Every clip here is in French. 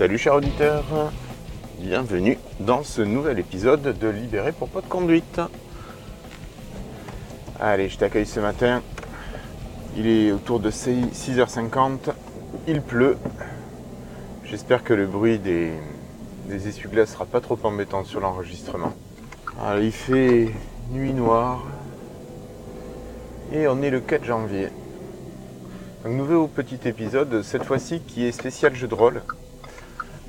Salut chers auditeurs, bienvenue dans ce nouvel épisode de Libéré pour pas de conduite. Allez, je t'accueille ce matin, il est autour de 6h50, il pleut. J'espère que le bruit des essuie-glaces sera pas trop embêtant sur l'enregistrement. Alors, il fait nuit noire et on est le 4 janvier. Un nouveau petit épisode, cette fois-ci qui est spécial jeu de rôle. Pourquoi ?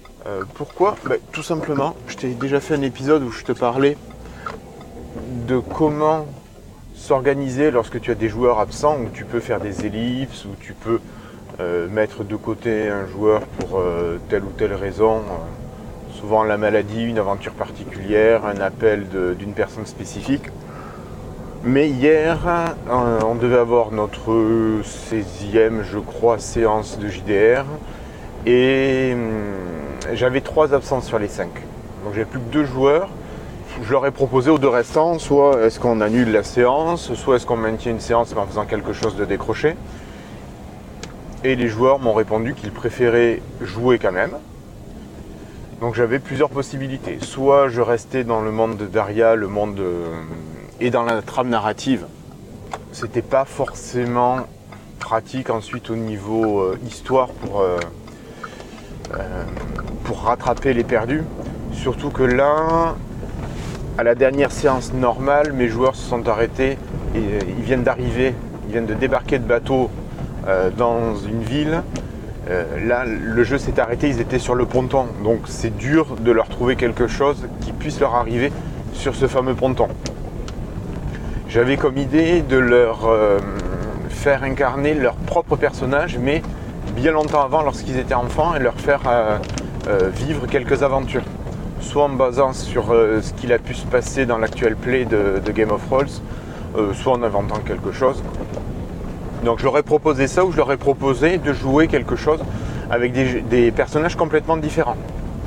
Tout simplement, je t'ai déjà fait un épisode où je te parlais de comment s'organiser lorsque tu as des joueurs absents, où tu peux faire des ellipses, où tu peux mettre de côté un joueur pour telle ou telle raison, souvent la maladie, une aventure particulière, un appel d'une personne spécifique. Mais hier, on devait avoir notre 16e, je crois, séance de JDR et j'avais 3 absences sur les 5. Donc j'avais plus que 2 joueurs. Je leur ai proposé aux 2 restants, soit est-ce qu'on annule la séance, soit est-ce qu'on maintient une séance en faisant quelque chose de décroché. Et les joueurs m'ont répondu qu'ils préféraient jouer quand même. Donc j'avais plusieurs possibilités. Soit je restais dans le monde de Daria, le monde et dans la trame narrative. C'était pas forcément pratique ensuite au niveau histoire pour rattraper les perdus. Surtout que là, à la dernière séance normale, mes joueurs se sont arrêtés et ils viennent d'arriver, ils viennent de débarquer de bateau dans une ville. Là, le jeu s'est arrêté, ils étaient sur le ponton. Donc c'est dur de leur trouver quelque chose qui puisse leur arriver sur ce fameux ponton. J'avais comme idée de leur faire incarner leur propre personnage, mais bien longtemps avant, lorsqu'ils étaient enfants, et leur faire vivre quelques aventures. Soit en basant sur ce qu'il a pu se passer dans l'actuel play de Game of Thrones, soit en inventant quelque chose. Donc je leur ai proposé ça, ou je leur ai proposé de jouer quelque chose avec des personnages complètement différents.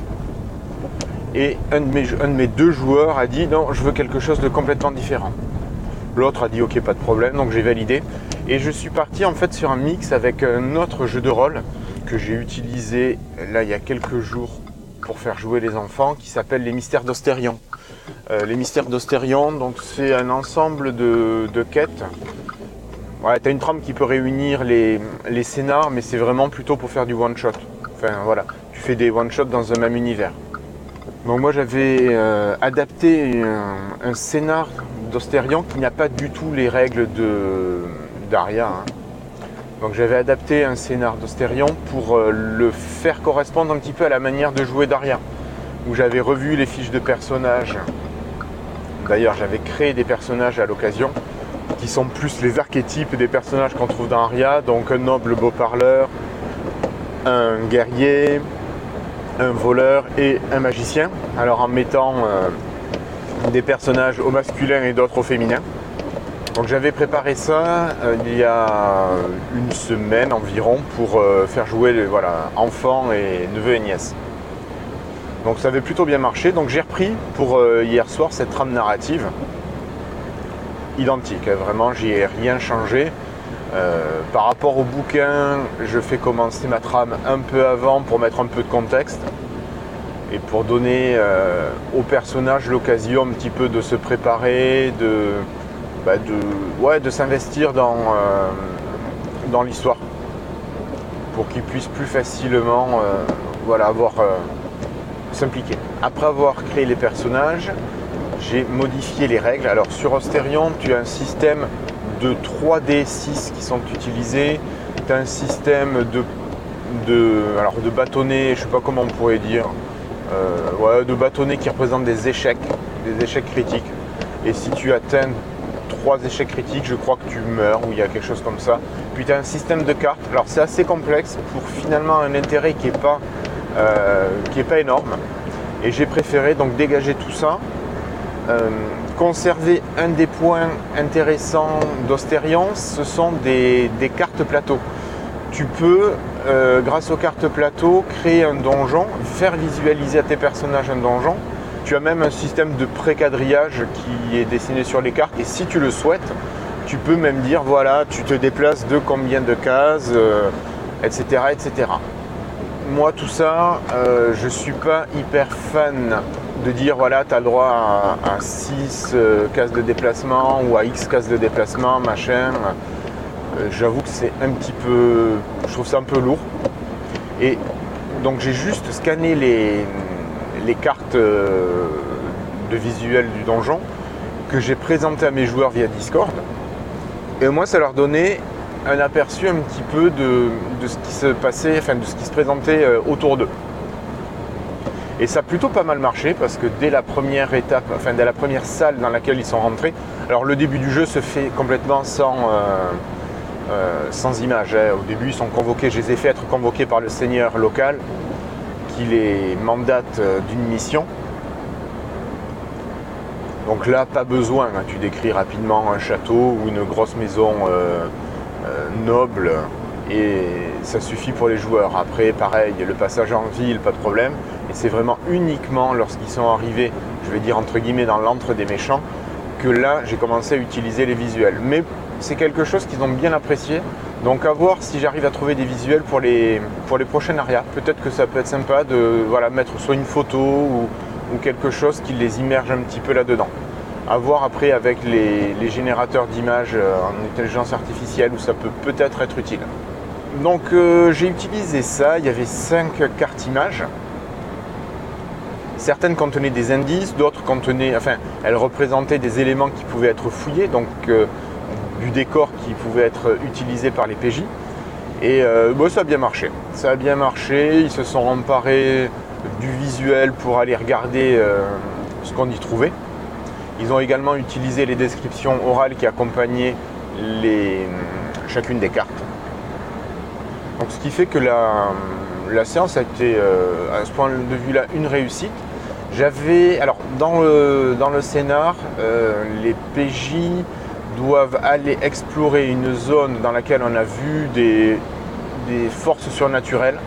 Et un de mes 2 joueurs a dit non, je veux quelque chose de complètement différent. L'autre a dit ok, pas de problème, donc j'ai validé. Et je suis parti en fait sur un mix avec un autre jeu de rôle que j'ai utilisé là il y a quelques jours pour faire jouer les enfants, qui s'appelle Les Mystères d'Ostérion. Les Mystères d'Ostérion, donc c'est un ensemble de quêtes. Ouais, tu as une trame qui peut réunir les scénars, mais c'est vraiment plutôt pour faire du one-shot. Enfin voilà, tu fais des one-shots dans un même univers. Donc moi j'avais adapté un scénar d'Ostérion qui n'a pas du tout les règles d'Aria. Donc j'avais adapté un scénar d'Ostérion pour le faire correspondre un petit peu à la manière de jouer d'Aria, où j'avais revu les fiches de personnages. D'ailleurs j'avais créé des personnages à l'occasion qui sont plus les archétypes des personnages qu'on trouve dans Aria, donc un noble beau parleur, un guerrier, un voleur et un magicien. Alors en mettant des personnages au masculin et d'autres au féminin. Donc j'avais préparé ça il y a une semaine environ pour faire jouer enfants et neveux et nièces. Donc ça avait plutôt bien marché. Donc j'ai repris pour hier soir cette trame narrative identique. Vraiment, j'y ai rien changé. Par rapport au bouquin, je fais commencer ma trame un peu avant pour mettre un peu de contexte et pour donner aux personnages l'occasion un petit peu de se préparer, de s'investir dans l'histoire pour qu'ils puissent plus facilement s'impliquer. Après avoir créé les personnages, j'ai modifié les règles. Alors sur Ostérion, tu as un système de 3D6 qui sont utilisés, tu as un système de bâtonnets, je sais pas comment on pourrait dire, de bâtonnets qui représentent des échecs critiques. Et si tu atteins 3 échecs critiques, je crois que tu meurs, ou il y a quelque chose comme ça. Puis tu as un système de cartes. Alors c'est assez complexe pour finalement un intérêt qui est pas énorme. Et j'ai préféré donc dégager tout ça, conserver un des points intéressants d'Ostérion, ce sont des cartes plateau. Tu peux, grâce aux cartes plateau, créer un donjon, faire visualiser à tes personnages un donjon. Tu as même un système de pré-quadrillage qui est dessiné sur les cartes. Et si tu le souhaites, tu peux même dire, voilà, tu te déplaces de combien de cases, etc., etc. moi tout ça, je suis pas hyper fan de dire voilà, tu as le droit à 6 cases de déplacement ou à X cases de déplacement, machin. J'avoue que c'est un petit peu, je trouve ça un peu lourd. Et donc j'ai juste scanné les cartes de visuel du donjon que j'ai présenté à mes joueurs via Discord. Et moi, ça leur donnait un aperçu un petit peu de ce qui se passait, enfin de ce qui se présentait autour d'eux. Et ça a plutôt pas mal marché parce que dès la première étape, enfin dès la première salle dans laquelle ils sont rentrés, alors le début du jeu se fait complètement sans images. Au début, ils sont convoqués, je les ai fait être convoqués par le seigneur local qui les mandate d'une mission. Donc là, pas besoin, hein, tu décris rapidement un château ou une grosse maison noble et ça suffit pour les joueurs. Après, pareil, le passage en ville, pas de problème. Et c'est vraiment uniquement lorsqu'ils sont arrivés, je vais dire entre guillemets, dans l'antre des méchants, que là, j'ai commencé à utiliser les visuels. Mais c'est quelque chose qu'ils ont bien apprécié. Donc à voir si j'arrive à trouver des visuels pour les prochains arias. Peut-être que ça peut être sympa de mettre soit une photo ou quelque chose qui les immerge un petit peu là-dedans. À voir après avec les générateurs d'images en intelligence artificielle où ça peut peut-être être utile. Donc j'ai utilisé ça, il y avait 5 cartes images. Certaines contenaient des indices, d'autres contenaient, elles représentaient des éléments qui pouvaient être fouillés, donc du décor qui pouvait être utilisé par les PJ. Et ça a bien marché. Ça a bien marché, ils se sont emparés du visuel pour aller regarder ce qu'on y trouvait. Ils ont également utilisé les descriptions orales qui accompagnaient chacune des cartes. Donc, ce qui fait que la séance a été, à ce point de vue-là, une réussite. Alors dans le scénar, les PJ doivent aller explorer une zone dans laquelle on a vu des forces surnaturelles.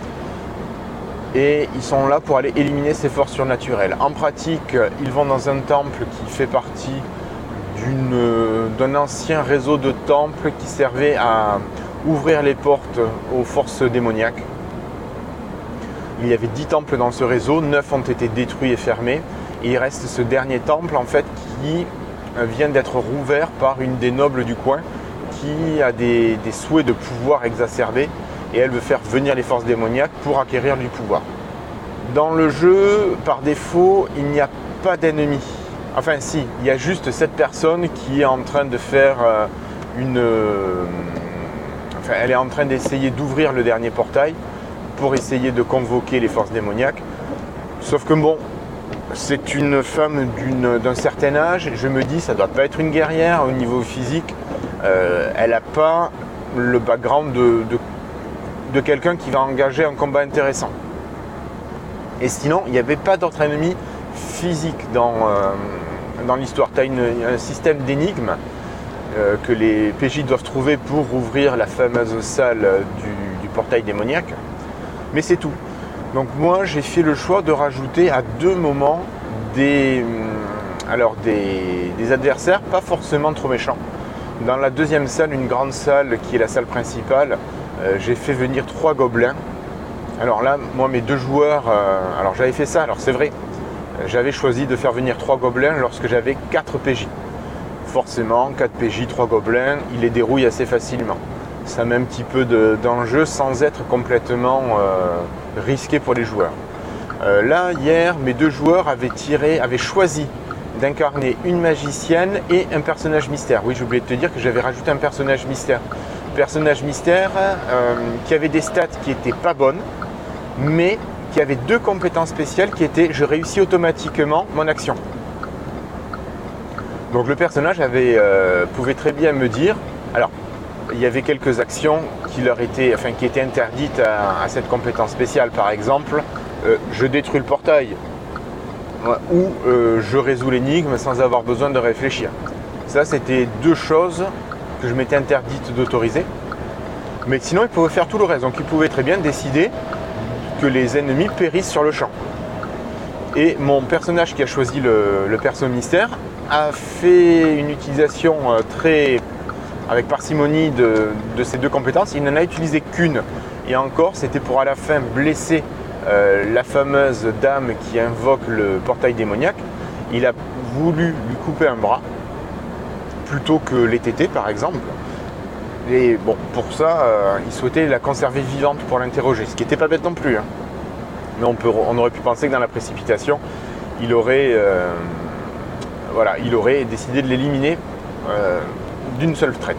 Et ils sont là pour aller éliminer ces forces surnaturelles. En pratique, ils vont dans un temple qui fait partie d'un ancien réseau de temples qui servait à ouvrir les portes aux forces démoniaques. Il y avait 10 temples dans ce réseau, 9 ont été détruits et fermés. Et il reste ce dernier temple en fait qui vient d'être rouvert par une des nobles du coin qui a des souhaits de pouvoir exacerbés. Et elle veut faire venir les forces démoniaques pour acquérir du pouvoir. Dans le jeu, par défaut, il n'y a pas d'ennemis. Enfin si, il y a juste cette personne qui est en train de faire elle est en train d'essayer d'ouvrir le dernier portail pour essayer de convoquer les forces démoniaques. Sauf que bon, c'est une femme d'un certain âge, je me dis ça ne doit pas être une guerrière au niveau physique. Elle n'a pas le background de quelqu'un qui va engager un combat intéressant. Et sinon, il n'y avait pas d'autres ennemis physiques dans l'histoire. Tu as un système d'énigmes que les PJ doivent trouver pour ouvrir la fameuse salle du portail démoniaque. Mais c'est tout. Donc moi, j'ai fait le choix de rajouter à 2 moments des adversaires pas forcément trop méchants. Dans la deuxième salle, une grande salle qui est la salle principale, j'ai fait venir 3 gobelins. Alors là, moi, mes 2 joueurs, alors j'avais fait ça, alors c'est vrai, j'avais choisi de faire venir 3 gobelins lorsque j'avais 4 PJ. Forcément, 4 PJ, 3 gobelins, ils les dérouillent assez facilement. Ça met un petit peu d'enjeu sans être complètement risqué pour les joueurs. Là, hier, mes 2 joueurs avaient choisi d'incarner une magicienne et un personnage mystère. Oui, j'ai oublié de te dire que j'avais rajouté un personnage mystère. Personnage mystère qui avait des stats qui n'étaient pas bonnes, mais qui avait 2 compétences spéciales qui étaient je réussis automatiquement mon action. Donc le personnage pouvait très bien me dire, alors il y avait quelques actions qui étaient interdites à cette compétence spéciale, par exemple je détruis le portail ou je résous l'énigme sans avoir besoin de réfléchir. Ça, c'était 2 choses que je m'étais interdite d'autoriser. Mais sinon, il pouvait faire tout le reste. Donc, il pouvait très bien décider que les ennemis périssent sur le champ. Et mon personnage qui a choisi le perso mystère a fait une utilisation avec parcimonie de ces 2 compétences. Il n'en a utilisé qu'une Et encore, c'était pour à la fin blesser la fameuse dame qui invoque le portail démoniaque. Il a voulu lui couper un bras plutôt que les tétés par exemple. Et bon, pour ça, il souhaitait la conserver vivante pour l'interroger, ce qui n'était pas bête non plus. Hein. Mais on aurait pu penser que dans la précipitation, il aurait décidé de l'éliminer d'une seule traite.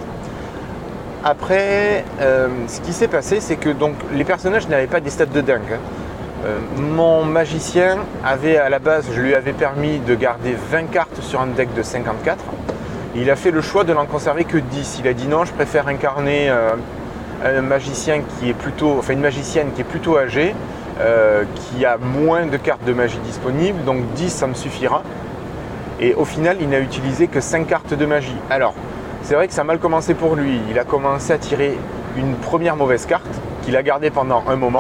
Après, ce qui s'est passé, c'est que donc, les personnages n'avaient pas des stats de dingue. Hein. Mon magicien avait à la base, je lui avais permis de garder 20 cartes sur un deck de 54. Il a fait le choix de n'en conserver que 10. Il a dit non, je préfère incarner un magicien qui est plutôt, enfin une magicienne qui est plutôt âgée, qui a moins de cartes de magie disponibles, donc 10 ça me suffira. Et au final, il n'a utilisé que 5 cartes de magie. Alors, c'est vrai que ça a mal commencé pour lui. Il a commencé à tirer une première mauvaise carte qu'il a gardée pendant un moment.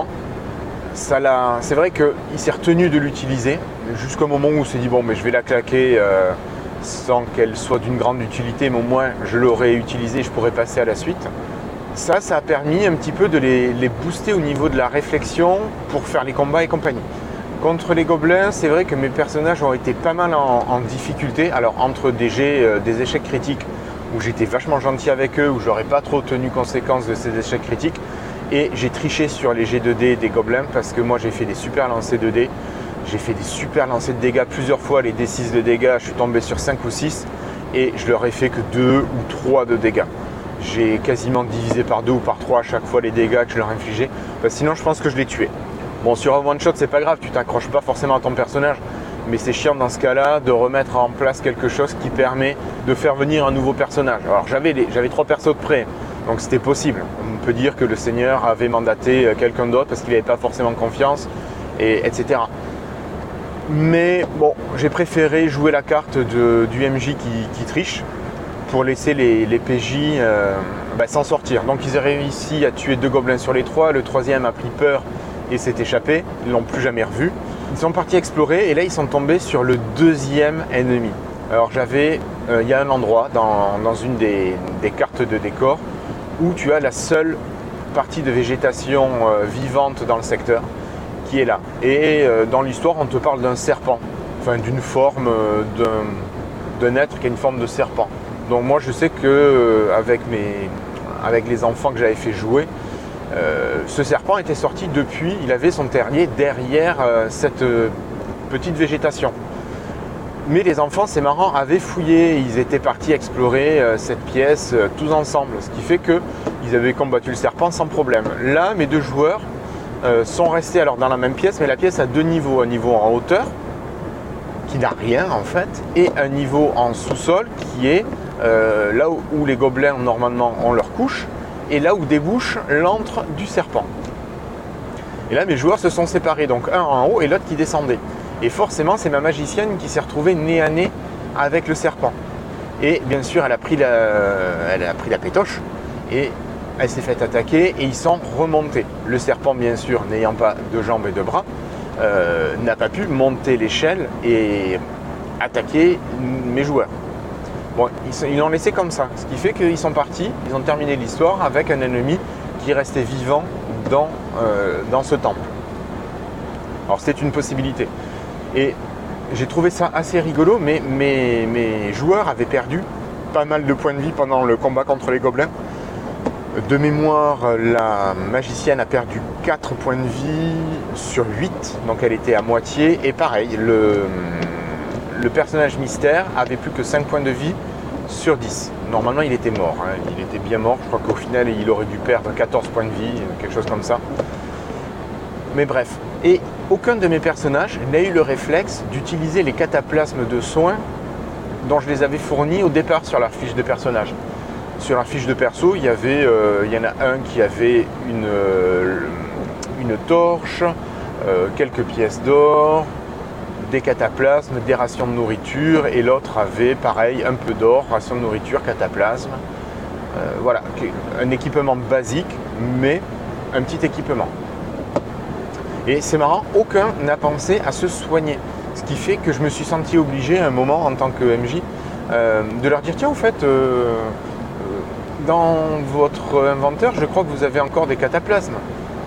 C'est vrai qu'il s'est retenu de l'utiliser jusqu'au moment où il s'est dit bon, mais je vais la claquer sans qu'elle soit d'une grande utilité, mais au moins je l'aurais utilisée, je pourrais passer à la suite. Ça a permis un petit peu de les booster au niveau de la réflexion pour faire les combats et compagnie. Contre les gobelins, c'est vrai que mes personnages ont été pas mal en difficulté. Alors entre des échecs critiques où j'étais vachement gentil avec eux, où j'aurais pas trop tenu conséquence de ces échecs critiques, et j'ai triché sur les G de dés des gobelins parce que moi j'ai fait des super lancers de dés. J'ai fait des super lancers de dégâts plusieurs fois, les D6 de dégâts, je suis tombé sur 5 ou 6 et je leur ai fait que 2 ou 3 de dégâts. J'ai quasiment divisé par 2 ou par 3 à chaque fois les dégâts que je leur infligeais, parce que sinon je pense que je les tuais. Bon, sur un one shot c'est pas grave, tu t'accroches pas forcément à ton personnage, mais c'est chiant dans ce cas-là de remettre en place quelque chose qui permet de faire venir un nouveau personnage. Alors j'avais 3 persos de près, donc c'était possible. On peut dire que le seigneur avait mandaté quelqu'un d'autre parce qu'il n'avait pas forcément confiance, etc. Mais bon, j'ai préféré jouer la carte du MJ qui triche pour laisser les PJ s'en sortir. Donc ils ont réussi à tuer 2 gobelins sur les 3, le 3e a pris peur et s'est échappé, ils ne l'ont plus jamais revu. Ils sont partis explorer et là ils sont tombés sur le 2e ennemi. Alors il y a un endroit dans une des cartes de décor où tu as la seule partie de végétation vivante dans le secteur qui est là. Et dans l'histoire, on te parle d'un serpent, enfin d'une forme d'un être qui a une forme de serpent. Donc moi, je sais que avec les enfants que j'avais fait jouer, ce serpent était sorti depuis, il avait son terrier derrière cette petite végétation. Mais les enfants, c'est marrant, avaient fouillé, ils étaient partis explorer cette pièce tous ensemble, ce qui fait qu'ils avaient combattu le serpent sans problème. Là, mes 2 joueurs sont restés alors dans la même pièce, mais la pièce a 2 niveaux, un niveau en hauteur qui n'a rien en fait, et un niveau en sous-sol qui est là où les gobelins normalement ont leur couche, et là où débouche l'antre du serpent. Et là mes joueurs se sont séparés, donc un en haut et l'autre qui descendait. Et forcément c'est ma magicienne qui s'est retrouvée nez à nez avec le serpent. Et bien sûr elle a pris la pétoche et elle s'est fait attaquer et ils sont remontés. Le serpent, bien sûr, n'ayant pas de jambes et de bras, n'a pas pu monter l'échelle et attaquer mes joueurs. Bon, ils l'ont laissé comme ça, ce qui fait qu'ils sont partis, ils ont terminé l'histoire avec un ennemi qui restait vivant dans ce temple. Alors c'était une possibilité. Et j'ai trouvé ça assez rigolo, mais mes joueurs avaient perdu pas mal de points de vie pendant le combat contre les gobelins. De mémoire, la magicienne a perdu 4 points de vie sur 8, donc elle était à moitié. Et pareil, le personnage mystère avait plus que 5 points de vie sur 10. Normalement, il était mort, hein. Il était bien mort. Je crois qu'au final, il aurait dû perdre 14 points de vie, quelque chose comme ça. Mais bref. Et aucun de mes personnages n'a eu le réflexe d'utiliser les cataplasmes de soins dont je les avais fournis au départ sur leur fiche de personnage. Sur la fiche de perso, il y en a un qui avait une torche, quelques pièces d'or, des cataplasmes, des rations de nourriture, et l'autre avait pareil, un peu d'or, rations de nourriture, cataplasme. Voilà, un équipement basique, mais un petit équipement. Et c'est marrant, aucun n'a pensé à se soigner. Ce qui fait que je me suis senti obligé à un moment en tant que MJ de leur dire tiens, en fait, dans votre inventaire, je crois que vous avez encore des cataplasmes.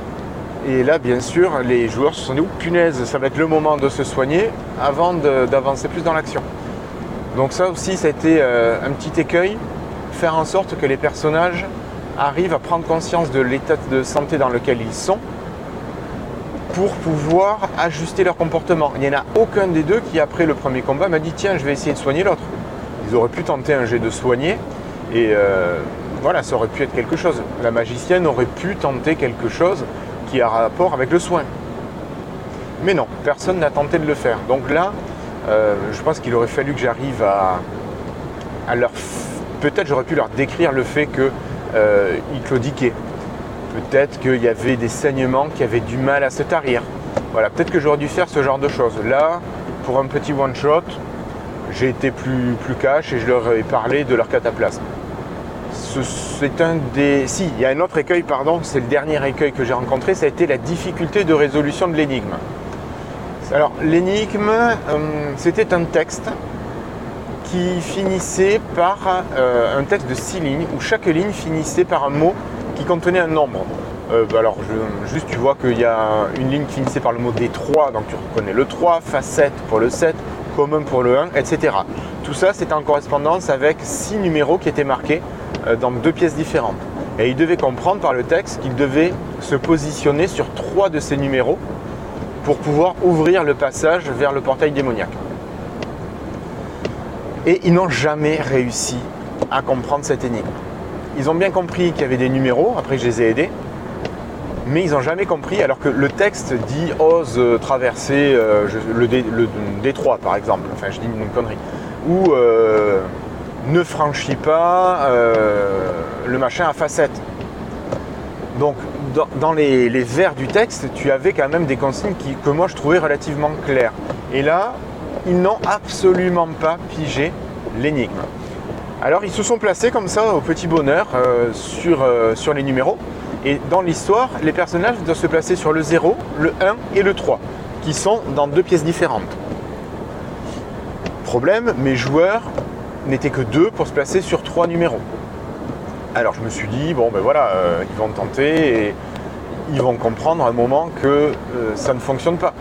Et là, bien sûr, les joueurs se sont dit, oh, punaise, ça va être le moment de se soigner avant d'avancer plus dans l'action. Donc ça aussi, ça a été un petit écueil, faire en sorte que les personnages arrivent à prendre conscience de l'état de santé dans lequel ils sont pour pouvoir ajuster leur comportement. Il n'y en a aucun des deux qui, après le premier combat, m'a dit, tiens, je vais essayer de soigner l'autre. Ils auraient pu tenter un jet de soigner et voilà, ça aurait pu être quelque chose. La magicienne aurait pu tenter quelque chose qui a rapport avec le soin. Mais non, personne n'a tenté de le faire. Donc là, je pense qu'il aurait fallu que j'arrive à leur... Peut-être j'aurais pu leur décrire le fait qu'ils claudiquaient. Peut-être qu'il y avait des saignements qui avaient du mal à se tarir. Voilà, peut-être que j'aurais dû faire ce genre de choses. Là, pour un petit one-shot, j'ai été plus cash et je leur ai parlé de leur cataplasme. C'est un des... Si, il y a un autre écueil, pardon, c'est le dernier écueil que j'ai rencontré, ça a été la difficulté de résolution de l'énigme. Alors, l'énigme, c'était un texte qui finissait par un texte de 6 lignes, où chaque ligne finissait par un mot qui contenait un nombre. Alors, juste, tu vois qu'il y a une ligne qui finissait par le mot D3, donc tu reconnais le 3, facette pour le 7, commun pour le 1, etc. Tout ça, c'était en correspondance avec 6 numéros qui étaient marqués dans 2 pièces différentes. Et il devait comprendre par le texte qu'il devait se positionner sur 3 de ces numéros pour pouvoir ouvrir le passage vers le portail démoniaque. Et ils n'ont jamais réussi à comprendre cette énigme. Ils ont bien compris qu'il y avait des numéros, après je les ai aidés, mais ils n'ont jamais compris, alors que le texte dit « ose traverser le D3 par exemple », enfin je dis une connerie, ou ne franchis pas le machin à facette. Donc dans les vers du texte, tu avais quand même des consignes que moi je trouvais relativement claires. Et là, ils n'ont absolument pas pigé l'énigme. Alors ils se sont placés comme ça au petit bonheur sur les numéros. Et dans l'histoire, les personnages doivent se placer sur le 0, le 1 et le 3, qui sont dans 2 pièces différentes. Problème, mes joueurs n'étaient que 2 pour se placer sur 3 numéros. Alors je me suis dit, bon ben voilà, ils vont tenter et ils vont comprendre à un moment que ça ne fonctionne pas.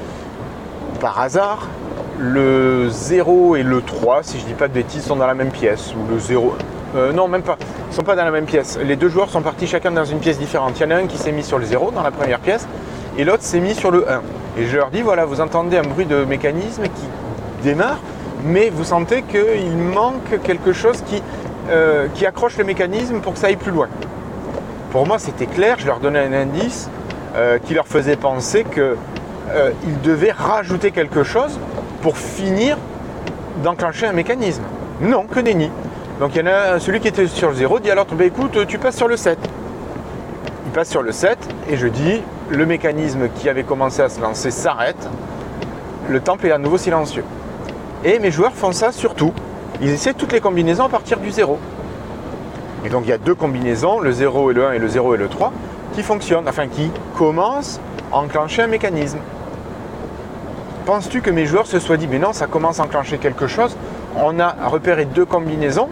Par hasard, le 0 et le 3, si je ne dis pas de bêtises, sont dans la même pièce. Ou le 0... non, même pas. Ils ne sont pas dans la même pièce. Les 2 joueurs sont partis chacun dans une pièce différente. Il y en a un qui s'est mis sur le 0 dans la première pièce et l'autre s'est mis sur le 1. Et je leur dis, voilà, vous entendez un bruit de mécanisme qui démarre, mais vous sentez qu'il manque quelque chose qui accroche le mécanisme pour que ça aille plus loin. Pour moi, c'était clair. Je leur donnais un indice qui leur faisait penser qu'ils devaient rajouter quelque chose pour finir d'enclencher un mécanisme. Non, que nenni. Donc il y en a celui qui était sur le 0 dit à l'autre, bah, écoute, tu passes sur le 7. Il passe sur le 7 et je dis, le mécanisme qui avait commencé à se lancer s'arrête, le temple est à nouveau silencieux. Et mes joueurs font ça surtout. Ils essaient toutes les combinaisons à partir du 0. Et donc il y a 2 combinaisons, le 0 et le 1 et le 0 et le 3, qui fonctionnent, enfin qui commencent à enclencher un mécanisme. Penses-tu que mes joueurs se soient dit, mais non, ça commence à enclencher quelque chose, on a repéré 2 combinaisons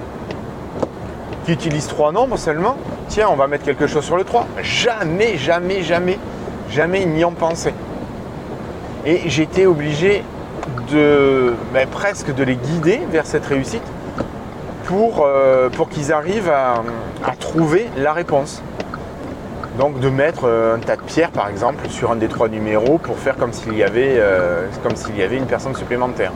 qui utilisent 3 nombres seulement, tiens, on va mettre quelque chose sur le 3. Jamais, jamais, jamais, jamais ils n'y ont pensé. Et j'étais obligé presque de les guider vers cette réussite pour qu'ils arrivent à trouver la réponse. Donc de mettre un tas de pierres par exemple sur un des 3 numéros pour faire comme s'il y avait une personne supplémentaire.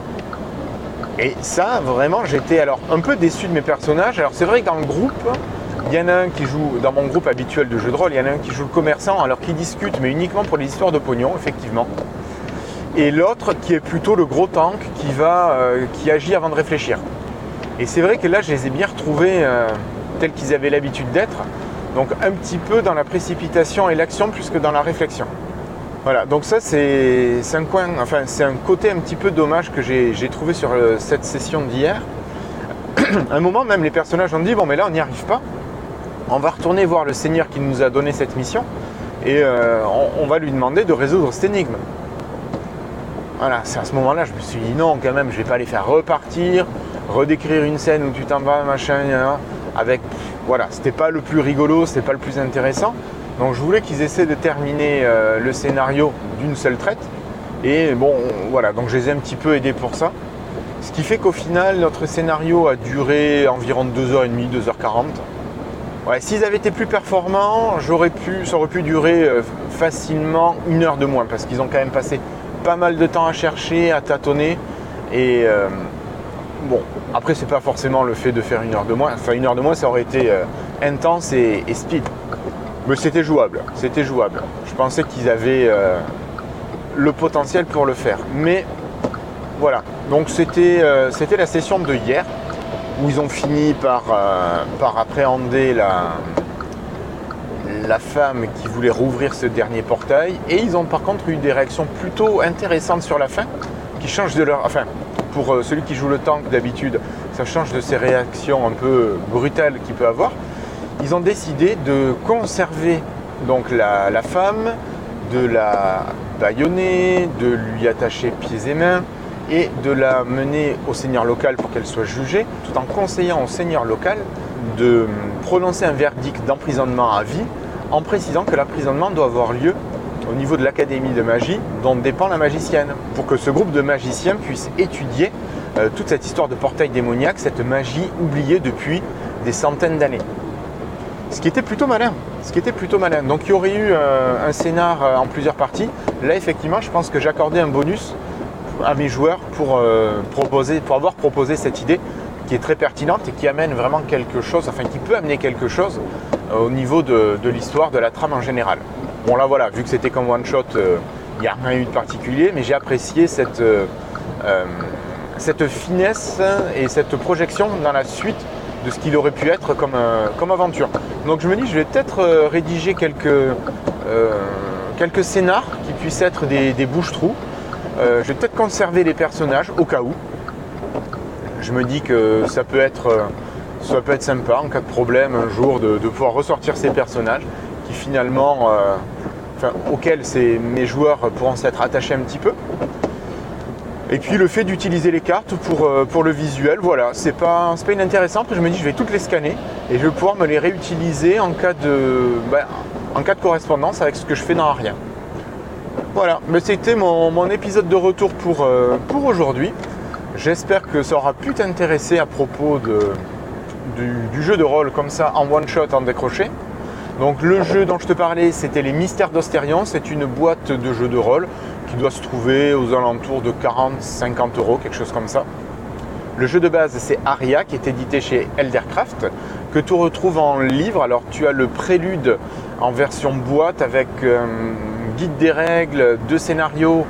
Et ça, vraiment, j'étais alors un peu déçu de mes personnages. Alors c'est vrai que dans le groupe, il y en a un qui joue, dans mon groupe habituel de jeu de rôle, il y en a un qui joue le commerçant, alors qui discute, mais uniquement pour les histoires de pognon, effectivement. Et l'autre qui est plutôt le gros tank qui agit avant de réfléchir. Et c'est vrai que là, je les ai bien retrouvés tels qu'ils avaient l'habitude d'être. Donc un petit peu dans la précipitation et l'action plus que dans la réflexion. Voilà, donc ça c'est un côté un petit peu dommage que j'ai trouvé sur cette session d'hier. À un moment même les personnages ont dit, bon mais là on n'y arrive pas, on va retourner voir le seigneur qui nous a donné cette mission et on va lui demander de résoudre cette énigme. Voilà, c'est à ce moment-là je me suis dit non quand même, je vais pas les faire repartir, redécrire une scène où tu t'en vas, machin, avec... Voilà, c'était pas le plus rigolo, c'était pas le plus intéressant. Donc je voulais qu'ils essaient de terminer le scénario d'une seule traite. Et bon, voilà, donc je les ai un petit peu aidés pour ça. Ce qui fait qu'au final, notre scénario a duré environ 2h30, 2h40. Ouais, s'ils avaient été plus performants, ça aurait pu durer facilement 1 heure de moins, parce qu'ils ont quand même passé pas mal de temps à chercher, à tâtonner. Et bon, après c'est pas forcément le fait de faire 1 heure de moins. Enfin, 1 heure de moins, ça aurait été intense et speed. Mais c'était jouable, c'était jouable. Je pensais qu'ils avaient le potentiel pour le faire. Mais voilà, donc c'était la session de hier, où ils ont fini par appréhender la femme qui voulait rouvrir ce dernier portail. Et ils ont par contre eu des réactions plutôt intéressantes sur la fin, qui changent de leur... Enfin, pour celui qui joue le tank d'habitude, ça change de ses réactions un peu brutales qu'il peut avoir. Ils ont décidé de conserver donc la femme, de la bâillonner, de lui attacher pieds et mains, et de la mener au seigneur local pour qu'elle soit jugée, tout en conseillant au seigneur local de prononcer un verdict d'emprisonnement à vie, en précisant que l'emprisonnement doit avoir lieu au niveau de l'académie de magie dont dépend la magicienne, pour que ce groupe de magiciens puisse étudier toute cette histoire de portail démoniaque, cette magie oubliée depuis des centaines d'années. Ce qui était plutôt malin. Donc il y aurait eu un scénar en plusieurs parties. Là effectivement, je pense que j'accordais un bonus à mes joueurs pour avoir proposé cette idée qui est très pertinente et qui amène vraiment quelque chose, enfin qui peut amener quelque chose au niveau de l'histoire, de la trame en général. Bon là voilà, vu que c'était comme one shot, il n'y a rien eu de particulier, mais j'ai apprécié cette finesse et cette projection dans la suite de ce qu'il aurait pu être comme aventure. Donc je me dis, je vais peut-être rédiger quelques scénars qui puissent être des bouches-trous. Je vais peut-être conserver les personnages au cas où. Je me dis que ça peut être sympa en cas de problème un jour de pouvoir ressortir ces personnages qui finalement, auxquels mes joueurs pourront s'être attachés un petit peu. Et puis le fait d'utiliser les cartes pour le visuel, voilà, c'est pas inintéressant. Je me dis, je vais toutes les scanner et je vais pouvoir me les réutiliser en cas de correspondance avec ce que je fais dans Aria. Voilà, mais c'était mon épisode de retour pour aujourd'hui. J'espère que ça aura pu t'intéresser à propos du jeu de rôle comme ça, en one shot, en décroché. Donc le jeu dont je te parlais, c'était les Mystères d'Ostérion. C'est une boîte de jeu de rôle qui doit se trouver aux alentours de 40-50 €, quelque chose comme ça. Le jeu de base, c'est Aria, qui est édité chez Eldercraft, que tu retrouves en livre. Alors tu as le prélude en version boîte avec guide des règles, 2 scénarios,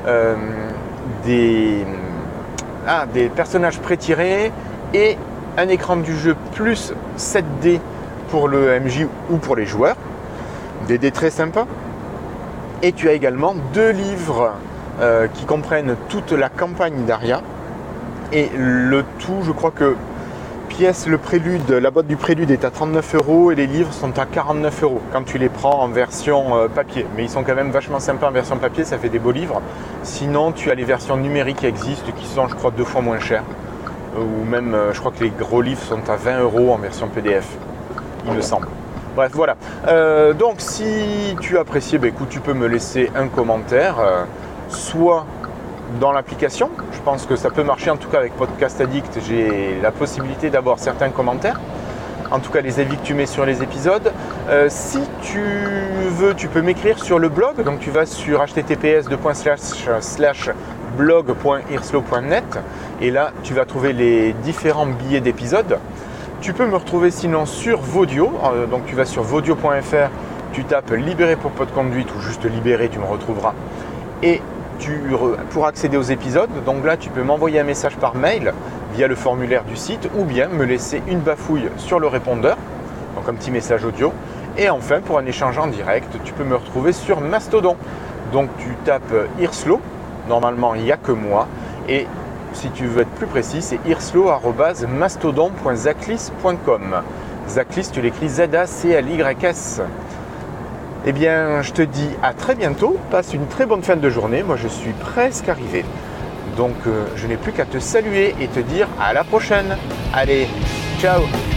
des personnages pré-tirés et un écran du jeu plus 7 dés pour le MJ ou pour les joueurs. Des dés très sympas. Et tu as également 2 livres qui comprennent toute la campagne d'Aria. Et le tout, je crois que la boîte du prélude est à 39 € et les livres sont à 49 € quand tu les prends en version papier. Mais ils sont quand même vachement sympas en version papier, ça fait des beaux livres. Sinon, tu as les versions numériques qui existent, qui sont, je crois, 2 fois moins chères. Ou même, je crois que les gros livres sont à 20 € en version PDF, il me semble. Bref, voilà. Donc, si tu as apprécié, écoute, tu peux me laisser un commentaire, soit dans l'application. Je pense que ça peut marcher, en tout cas avec Podcast Addict, j'ai la possibilité d'avoir certains commentaires. En tout cas, les avis que tu mets sur les épisodes. Si tu veux, tu peux m'écrire sur le blog. Donc, tu vas sur https://blog.irslo.net et là, tu vas trouver les différents billets d'épisodes. Tu peux me retrouver sinon sur Vodio. Donc, tu vas sur vodio.fr, tu tapes Libéré pour Pod Conduite ou juste Libéré, tu me retrouveras. Et pour accéder aux épisodes, donc là tu peux m'envoyer un message par mail via le formulaire du site ou bien me laisser une bafouille sur le répondeur, donc un petit message audio. Et enfin, pour un échange en direct, tu peux me retrouver sur Mastodon. Donc tu tapes Irslo, normalement il n'y a que moi, et si tu veux être plus précis, c'est irslo@mastodon.zaclis.com. Zaclis, tu l'écris Z-A-C-L-Y-S. Eh bien, je te dis à très bientôt, passe une très bonne fin de journée, moi je suis presque arrivé. Donc je n'ai plus qu'à te saluer et te dire à la prochaine. Allez, ciao!